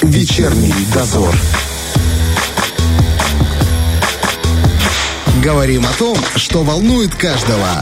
Вечерний дозор. Говорим о том, что волнует каждого.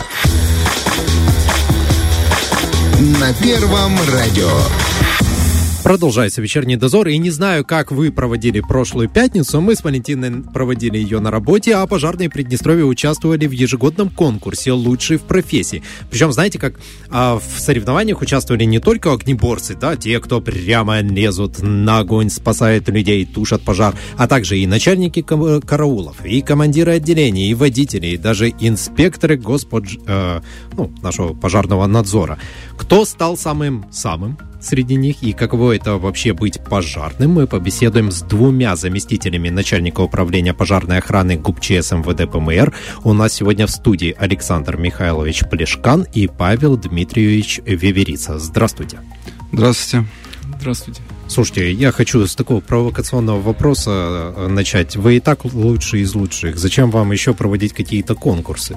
На Первом радио. Продолжается вечерний дозор, и не знаю, как вы проводили прошлую пятницу, мы с Валентиной проводили ее на работе, а пожарные Приднестровья участвовали в ежегодном конкурсе «Лучшие в профессии». Причем, знаете, как в соревнованиях участвовали не только огнеборцы, да, те, кто прямо лезут на огонь, спасают людей, тушат пожар, а также и начальники караулов, и командиры отделений, и водители, и даже инспекторы нашего пожарного надзора. Кто стал самым среди них и каково это вообще быть пожарным, мы побеседуем с двумя заместителями начальника управления пожарной охраны ГУПЧС МВД ПМР. У нас сегодня в студии Александр Михайлович Плешкан и Павел Дмитриевич Веверица. Здравствуйте. Здравствуйте. Здравствуйте. Слушайте, я хочу с такого провокационного вопроса начать. Вы и так лучшие из лучших. Зачем вам еще проводить какие-то конкурсы?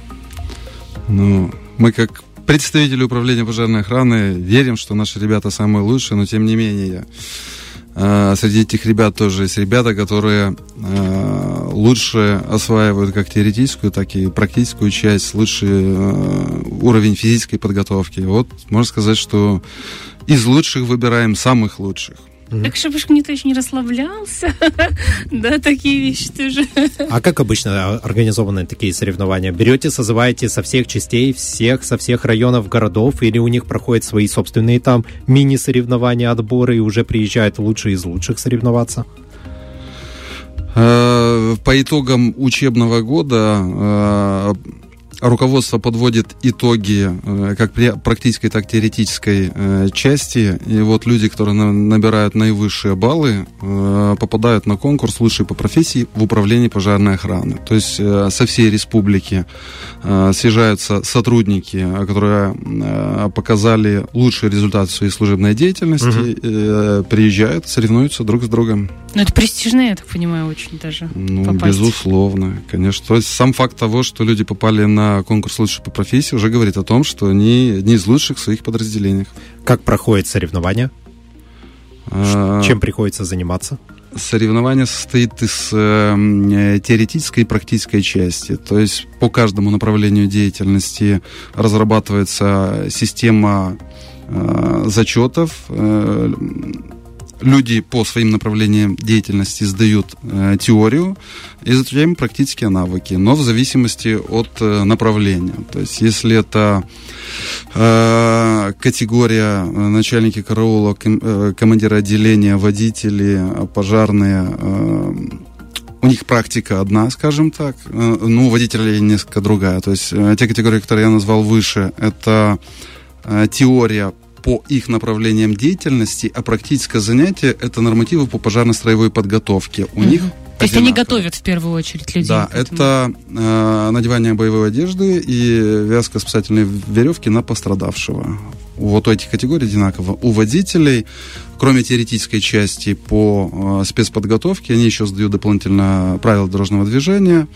Мы как представители управления пожарной охраны верим, что наши ребята самые лучшие, но тем не менее среди этих ребят тоже есть ребята, которые лучше осваивают как теоретическую, так и практическую часть, лучший уровень физической подготовки. Вот можно сказать, что из лучших выбираем самых лучших. Так, чтобы никто еще не расслаблялся. Да, такие вещи тоже. А как обычно организованы такие соревнования? Берете, созываете со всех частей, со всех районов, городов, или у них проходят свои собственные там мини-соревнования, отборы, и уже приезжают лучшие из лучших соревноваться? По итогам учебного года руководство подводит итоги как практической, так и теоретической части. И вот люди, которые набирают наивысшие баллы, попадают на конкурс «Лучшие по профессии» в управлении пожарной охраны. То есть со всей республики съезжаются сотрудники, которые показали лучшие результаты своей служебной деятельности, приезжают, соревнуются друг с другом. Ну, это престижно, я так понимаю, очень даже попасть. Безусловно, конечно. То есть сам факт того, что люди попали на конкурс «Лучшие по профессии», уже говорит о том, что они одни из лучших в своих подразделениях. Как проходит соревнование? Чем приходится заниматься? Соревнование состоит из теоретической и практической части. То есть по каждому направлению деятельности разрабатывается система зачетов. Люди по своим направлениям деятельности сдают теорию и затем практические навыки, но в зависимости от направления. То есть, если это категория начальники караула, командиры отделения, водители, пожарные, у них практика одна, скажем так, у водителей несколько другая. То есть, те категории, которые я назвал выше, это теория по их направлениям деятельности, а практическое занятие — это нормативы по пожарно-строевой подготовке. У них то есть они готовят в первую очередь людей? Да, это надевание боевой одежды и вязка спасательной веревки на пострадавшего. Вот у этих категорий одинаково. У водителей, кроме теоретической части по спецподготовке, они еще сдают дополнительно правила дорожного движения.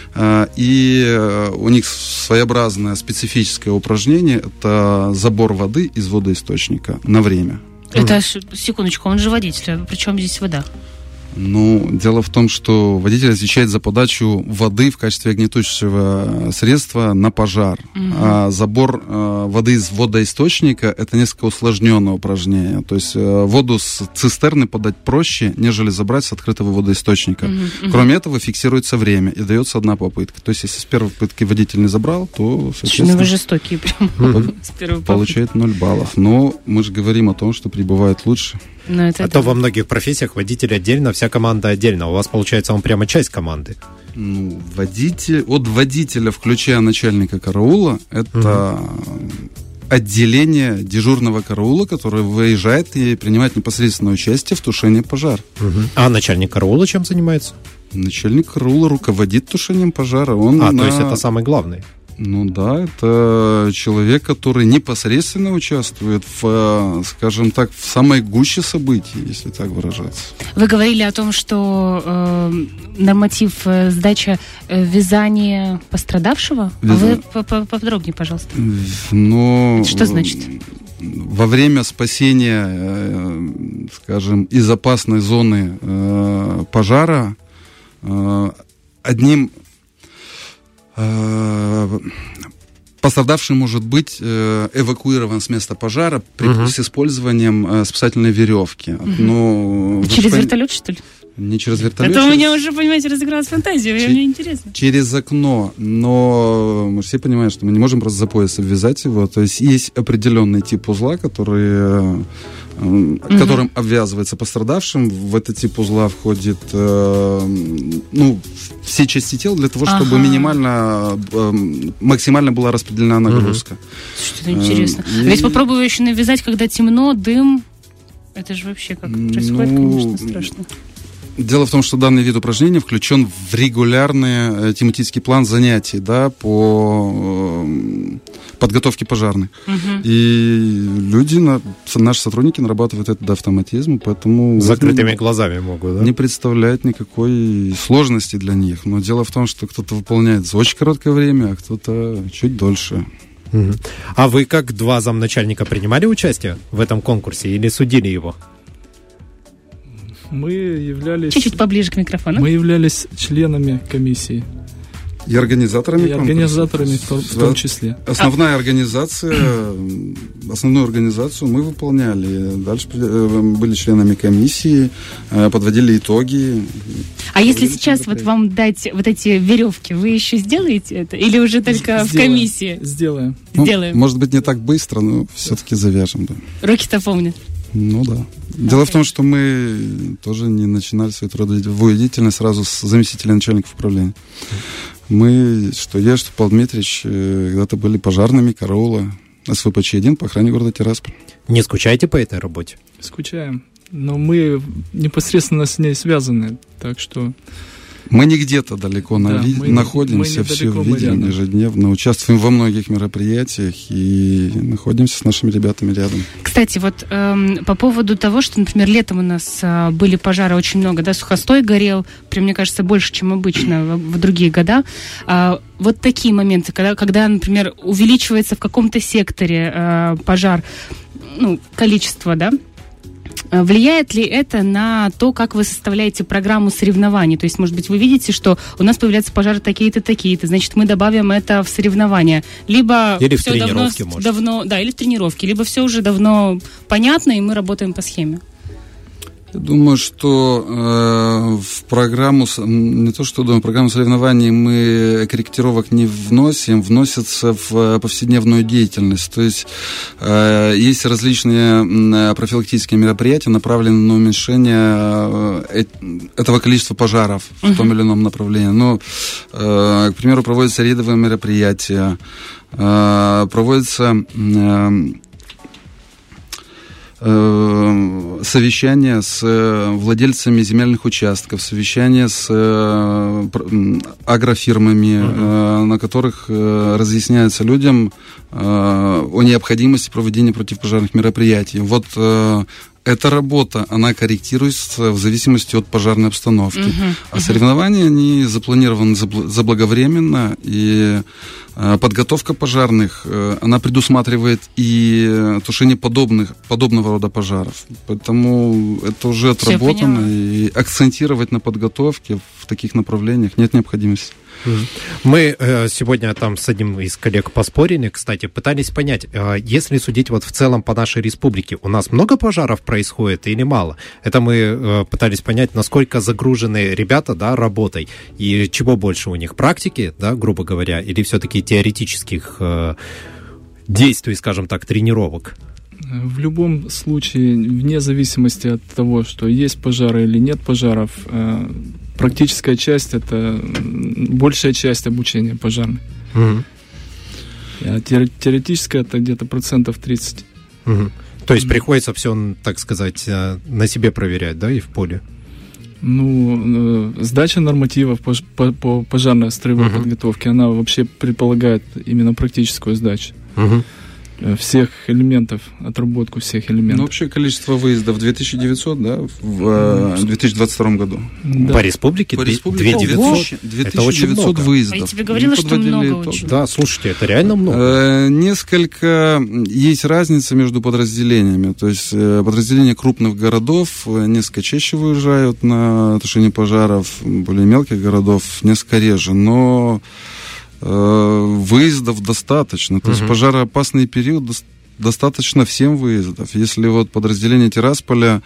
И у них своеобразное специфическое упражнение — это забор воды из водоисточника на время. Это, секундочку, он же водитель, причем здесь вода? Дело в том, что водитель отвечает за подачу воды в качестве огнетушащего средства на пожар. А забор воды из водоисточника — это несколько усложненное упражнение. То есть воду с цистерны подать проще, нежели забрать с открытого водоисточника. Кроме этого, фиксируется время и дается одна попытка. То есть если с первой попытки водитель не забрал, то, соответственно, вы жестокие прям. Получает 0 баллов. Но мы же говорим о том, что прибывает лучше. То во многих профессиях водитель отдельно, вся команда отдельно. У вас, получается, он прямо часть команды. От водителя, включая начальника караула, это отделение дежурного караула, которое выезжает и принимает непосредственное участие в тушении пожара. А начальник караула чем занимается? Начальник караула руководит тушением пожара. То есть это самый главный? Это человек, который непосредственно участвует в, скажем так, в самой гуще событий, если так выражаться. Вы говорили о том, что норматив сдача вязания пострадавшего. А вы поподробнее, пожалуйста. Это что значит? во время спасения, скажем, из опасной зоны пожара одним пострадавший может быть эвакуирован с места пожара с использованием спасательной веревки. Но через вертолет, что ли? Не через вертолет. Это у меня уже, понимаете, разыгралась фантазия, мне интересно. Через окно, но мы все понимаем, что мы не можем просто за пояс обвязать его. То есть есть определенный тип узла, которым обвязывается пострадавшим. В этот тип узла входит все части тела для того, чтобы максимально была распределена нагрузка. Что-то интересно. Ведь попробую еще навязать, когда темно, дым. Это же вообще как происходит, конечно, страшно. Дело в том, что данный вид упражнений включен в регулярный тематический план занятий, да, по подготовке пожарной. И люди, наши сотрудники нарабатывают этот автоматизм, поэтому... С закрытыми глазами могут, да? Не представляет никакой сложности для них. Но дело в том, что кто-то выполняет за очень короткое время, а кто-то чуть дольше. А вы, как два замначальника, принимали участие в этом конкурсе или судили его? Мы являлись... Чуть-чуть поближе к микрофону. Мы являлись членами комиссии. И организаторами конкурса. И организаторами в том числе. Основную организацию мы выполняли. Дальше были членами комиссии, подводили итоги. А если сейчас вот вам дать вот эти веревки, вы еще сделаете это? Или уже только в комиссии? Сделаем. Сделаем. Может быть, не так быстро, но все-таки завяжем, да. Руки-то помнят. Ну да. Дело в том, что мы тоже не начинали свою трудовую деятельность сразу с заместителя начальников управления. Мы, что я, что Павел Дмитриевич, когда-то были пожарными караула СВПЧ-1 по охране города Тирасполь. Не скучаете по этой работе? Скучаем. Но мы непосредственно с ней связаны, так что... Мы не где-то далеко находимся, все видим ежедневно, участвуем во многих мероприятиях и находимся с нашими ребятами рядом. Кстати, вот по поводу того, что, например, летом у нас были пожары очень много, да, сухостой горел, прям, мне кажется, больше, чем обычно в другие года. Вот такие моменты, когда, например, увеличивается в каком-то секторе пожар, количество, да, влияет ли это на то, как вы составляете программу соревнований? То есть, может быть, вы видите, что у нас появляются пожары такие-то, такие-то, значит, мы добавим это в соревнования. Либо или все в тренировке, давно, да, или в тренировке, либо все уже давно понятно, и мы работаем по схеме. Я думаю, что в программу, не то что думаю, в программу соревнований мы корректировок не вносятся в повседневную деятельность. То есть есть различные профилактические мероприятия, направленные на уменьшение этого количества пожаров в том или ином направлении. Но, к примеру, проводятся рейдовые мероприятия, проводятся совещания с владельцами земельных участков, совещания с агрофирмами, на которых разъясняется людям о необходимости проведения противопожарных мероприятий. Вот эта работа, она корректируется в зависимости от пожарной обстановки. А соревнования, они запланированы заблаговременно, и подготовка пожарных, она предусматривает и тушение подобного рода пожаров. Поэтому это уже отработано, и акцентировать на подготовке в таких направлениях нет необходимости. Мы сегодня там с одним из коллег поспорили, кстати, пытались понять, если судить вот в целом по нашей республике, у нас много пожаров происходит или мало? Это мы пытались понять, насколько загружены ребята, да, работой, и чего больше у них, практики, да, грубо говоря, или все-таки теоретических действий, скажем так, тренировок? В любом случае, вне зависимости от того, что есть пожары или нет пожаров, практическая часть — это большая часть обучения пожарной. А теоретическая — это где-то 30%. То есть приходится все, так сказать, на себе проверять, да, и в поле? Сдача нормативов по пожарно-строевой подготовке, она вообще предполагает именно практическую сдачу. всех элементов, отработку всех элементов. Ну, общее количество выездов 2900, да, в 2022 году. Да. По республике? По республике 2900 выездов. А я тебе говорила, что много очень. Да, слушайте, это реально много. Несколько есть разница между подразделениями. То есть подразделения крупных городов несколько чаще выезжают на тушение пожаров, более мелких городов несколько реже. Но выездов достаточно. То есть пожароопасный период достаточно всем выездов. Если вот подразделение Тирасполя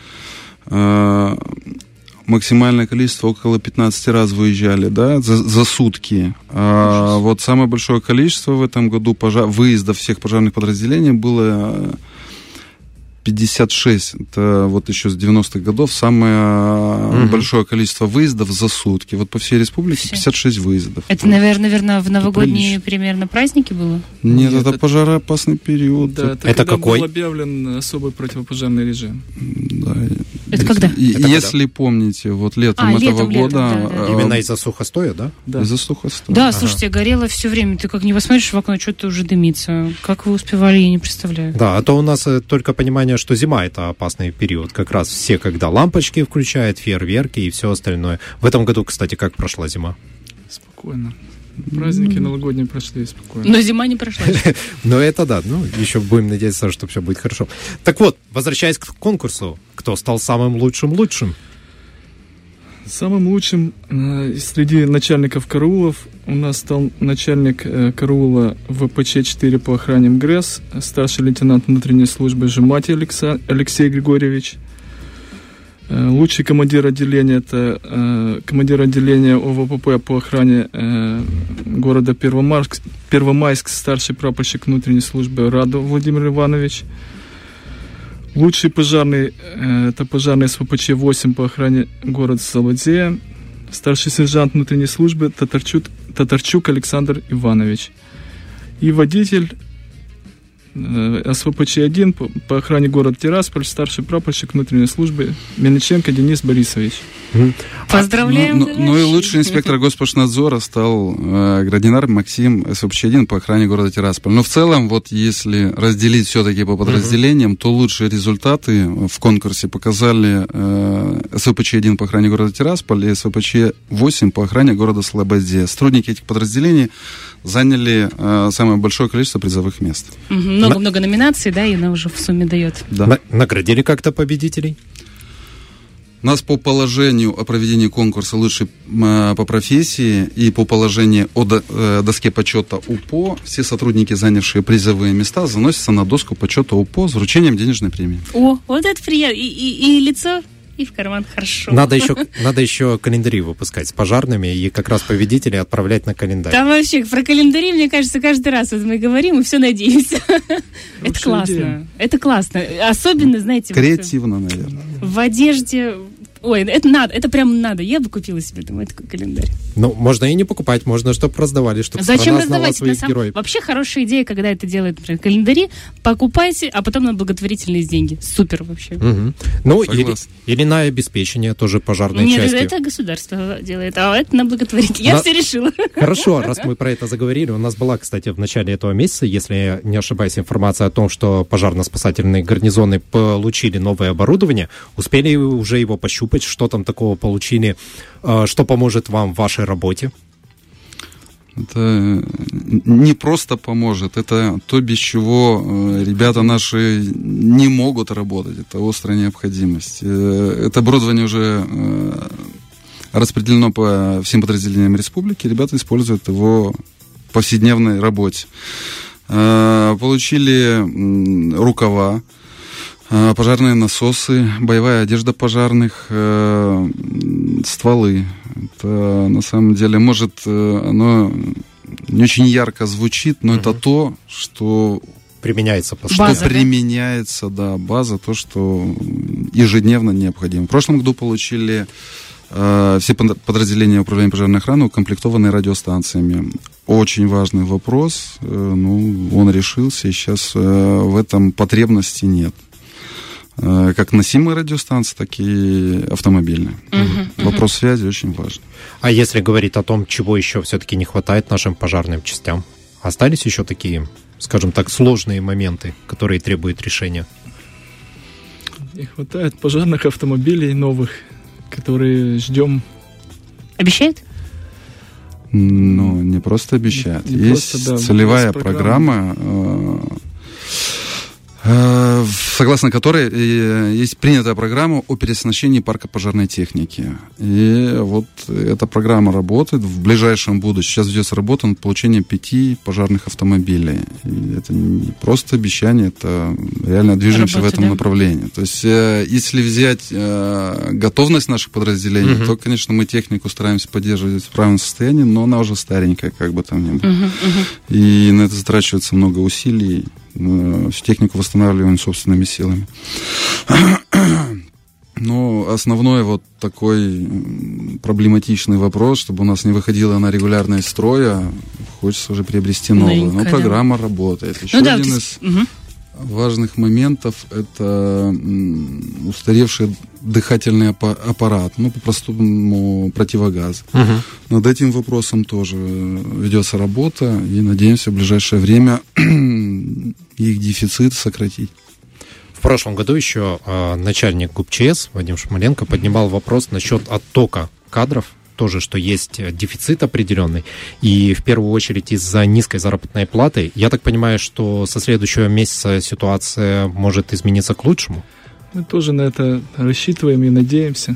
максимальное количество около 15 раз выезжали, да, за сутки. А вот самое большое количество в этом году выездов всех пожарных подразделений было 56. Это вот еще с 90-х годов самое большое количество выездов за сутки. Вот по всей республике 56 выездов. Это, наверное, в новогодние примерно праздники было? Нет, это пожароопасный период. Да, это какой? Был объявлен особый противопожарный режим. Да. Это когда? Если помните, вот летом этого года... Именно из-за сухостоя, да? Да. Из-за сухостоя. Да, слушайте, горело все время. Ты как не посмотришь в окно, что-то уже дымится. Как вы успевали, я не представляю. Да, а то у нас только понимание, что зима — это опасный период. Как раз все, когда лампочки включают, фейерверки и все остальное. В этом году, кстати, как прошла зима? Спокойно. Праздники новогодние прошли спокойно. Но зима не прошла. Ну, это да. Ну, еще будем надеяться, что все будет хорошо. Так вот, возвращаясь к конкурсу, кто стал самым лучшим? Самым лучшим среди начальников караулов у нас стал начальник караула ВПЧ-4 по охране МГРЭС, старший лейтенант внутренней службы Жемати Алексей Григорьевич. Лучший командир отделения — это командир отделения ОВПП по охране города Первомайск, старший прапорщик внутренней службы Раду Владимир Иванович. Лучший пожарный — это пожарный СВПЧ-8 по охране города Солодзея, старший сержант внутренней службы Татарчук Александр Иванович. И водитель СВПЧ-1 по охране города Тирасполь, старший прапорщик внутренней службы Мельниченко Денис Борисович. Поздравляем! Ну и лучший инспектор Госпошнадзора стал Градинар Максим, СВПЧ-1 по охране города Тирасполь. Но в целом, вот если разделить все-таки по подразделениям, то лучшие результаты в конкурсе показали СВПЧ-1 по охране города Тирасполь и СВПЧ-8 по охране города Слободзе. Сотрудники этих подразделений заняли самое большое количество призовых мест. Много-много номинаций, да, и она уже в сумме дает. Да. Наградили как-то победителей? Нас по положению о проведении конкурса «Лучший по профессии» и по положению о доске почета УПО все сотрудники, занявшие призовые места, заносятся на доску почета УПО с вручением денежной премии. О, вот это приятно. И лицо, и в карман хорошо. Надо еще календари выпускать с пожарными и как раз победителей отправлять на календарь. Там вообще про календари, мне кажется, каждый раз вот мы говорим и все надеемся. Это классно. Это классно. Особенно, знаете... Креативно, наверное. В одежде... Ой, это надо, это прям надо. Я бы купила себе домой такой календарь. Ну, можно и не покупать, можно, чтобы раздавали, чтобы зачем страна знала своих героев. Вообще хорошая идея, когда это делают, например, календари, покупайте, а потом на благотворительные деньги. Супер вообще. Ну, или на обеспечение тоже пожарной части. Нет, это государство делает, а это на благотворительные. Я все решила. Хорошо, раз мы про это заговорили. У нас была, кстати, в начале этого месяца, если я не ошибаюсь, информация о том, что пожарно-спасательные гарнизоны получили новое оборудование, успели уже его пощупать, что там такого получили, что поможет вам в вашей работе? Это не просто поможет, это то, без чего ребята наши не могут работать, это острая необходимость. Это оборудование уже распределено по всем подразделениям республики, ребята используют его в повседневной работе. Получили рукава, пожарные насосы, боевая одежда пожарных, стволы. Это на самом деле, может, оно не очень ярко звучит, но это то, что применяется постоянно. Что применяется, да, база, то, что ежедневно необходимо. В прошлом году получили все подразделения управления пожарной охраны укомплектованы радиостанциями. Очень важный вопрос, он решился, и сейчас в этом потребности нет. Как носимые радиостанции, так и автомобильные. Вопрос связи очень важен. А если говорить о том, чего еще все-таки не хватает нашим пожарным частям, остались еще такие скажем так, сложные моменты, которые требуют решения? Не хватает пожарных автомобилей новых, которые ждем. Обещает? Ну, не просто обещают. Не есть просто, да, целевая есть программа, согласно которой есть принятая программа о переоснащении парка пожарной техники. И вот эта программа работает в ближайшем будущем. Сейчас ведется работа над получением 5 пожарных автомобилей. И это не просто обещание, это реально движемся в этом направлении. То есть, если взять готовность наших подразделений, то, конечно, мы технику стараемся поддерживать в правильном состоянии, но она уже старенькая, как бы там ни было. И на это затрачивается много усилий. Всю технику восстанавливаем собственными силами. Но основной вот такой проблематичный вопрос, чтобы у нас не выходила она регулярно из строя, хочется уже приобрести новую. Но программа работает. Еще один из важных моментов — это устаревший дыхательный аппарат, ну, по-простому противогаз. Над этим вопросом тоже ведется работа, и надеемся в ближайшее время их дефицит сократить. В прошлом году еще начальник ГУПЧС Вадим Шмаленко поднимал вопрос насчет оттока кадров, тоже, что есть дефицит определенный, и в первую очередь из-за низкой заработной платы. Я так понимаю, что со следующего месяца ситуация может измениться к лучшему? Мы тоже на это рассчитываем и надеемся.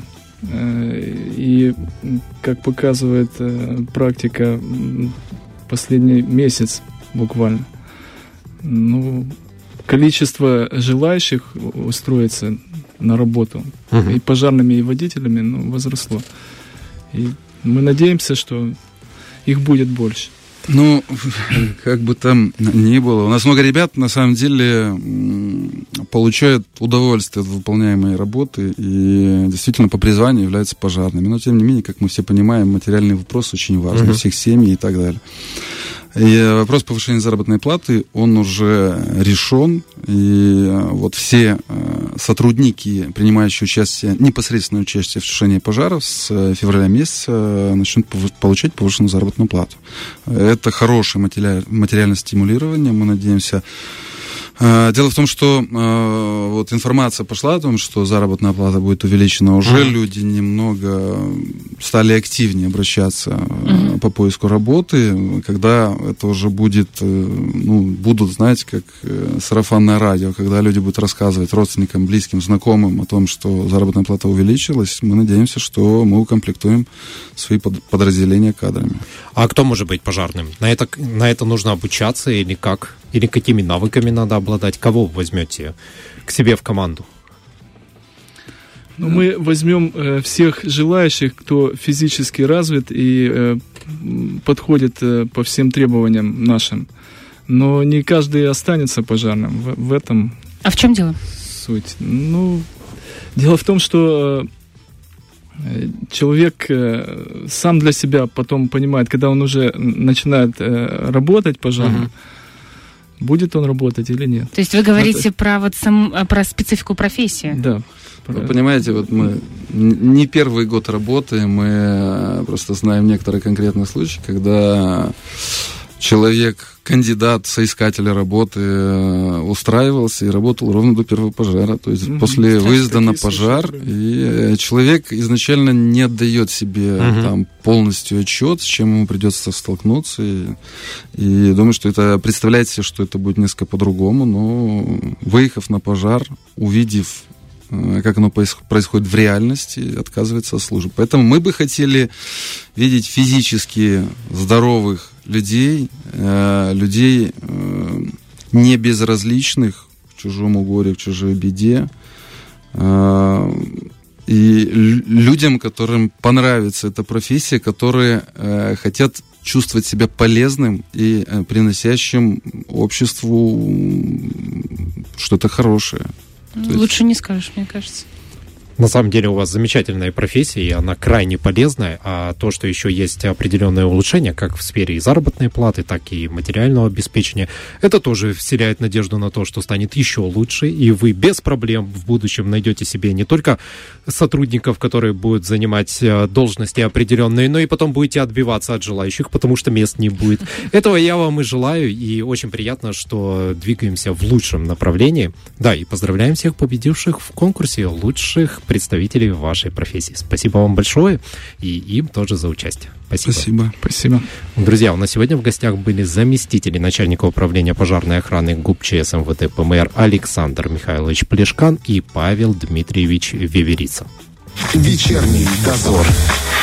И, как показывает практика, последний месяц буквально, ну, количество желающих устроиться на работу и пожарными, и водителями, ну, возросло. И мы надеемся, что их будет больше. Ну, как бы там ни было. У нас много ребят, на самом деле, получают удовольствие от выполняемой работы и действительно по призванию являются пожарными. Но, тем не менее, как мы все понимаем, материальный вопрос очень важен, всех семей и так далее. И вопрос повышения заработной платы, он уже решен, и вот все сотрудники, принимающие участие, непосредственное участие в тушении пожаров, с февраля месяца начнут получать повышенную заработную плату. Это хорошее материальное стимулирование, мы надеемся. Дело в том, что вот информация пошла о том, что заработная плата будет увеличена. Уже люди немного стали активнее обращаться по поиску работы, когда это уже будет, ну, будут, знаете, как сарафанное радио, когда люди будут рассказывать родственникам, близким, знакомым о том, что заработная плата увеличилась. Мы надеемся, что мы укомплектуем свои подразделения кадрами. А кто может быть пожарным? На это нужно обучаться или как? Или какими навыками надо обладать? Кого вы возьмете к себе в команду? Ну, мы возьмем всех желающих, кто физически развит и подходит по всем требованиям нашим. Но не каждый останется пожарным. В этом А в чем дело? суть. Ну, дело в том, что человек сам для себя потом понимает, когда он уже начинает работать пожарным, будет он работать или нет. То есть вы говорите про специфику профессии? Да. Вы понимаете, вот мы не первый год работаем, мы просто знаем некоторые конкретные случаи, когда человек, кандидат, соискатель работы устраивался и работал ровно до первого пожара. То есть после выезда на пожар, и человек изначально не отдает себе там полностью отчет, с чем ему придется столкнуться. И думаю, что это представляет себе, что это будет несколько по-другому, но выехав на пожар, увидев, как оно происходит в реальности, отказывается от службы. Поэтому мы бы хотели видеть физически здоровых людей, людей не безразличных к чужому горю, к чужой беде, и людям, которым понравится эта профессия, которые хотят чувствовать себя полезным и приносящим обществу что-то хорошее. Лучше не скажешь, мне кажется. На самом деле у вас замечательная профессия, и она крайне полезная, а то, что еще есть определенное улучшение, как в сфере и заработной платы, так и материального обеспечения, это тоже вселяет надежду на то, что станет еще лучше, и вы без проблем в будущем найдете себе не только сотрудников, которые будут занимать должности определенные, но и потом будете отбиваться от желающих, потому что мест не будет. Этого я вам и желаю, и очень приятно, что двигаемся в лучшем направлении. Да, и поздравляем всех победивших в конкурсе лучших представителей вашей профессии. Спасибо вам большое, и им тоже за участие. Спасибо. Спасибо. Друзья, у нас сегодня в гостях были заместители начальника управления пожарной охраны ГУП ЧС МВД ПМР Александр Михайлович Плешкан и Павел Дмитриевич Веверица. Вечерний дозор.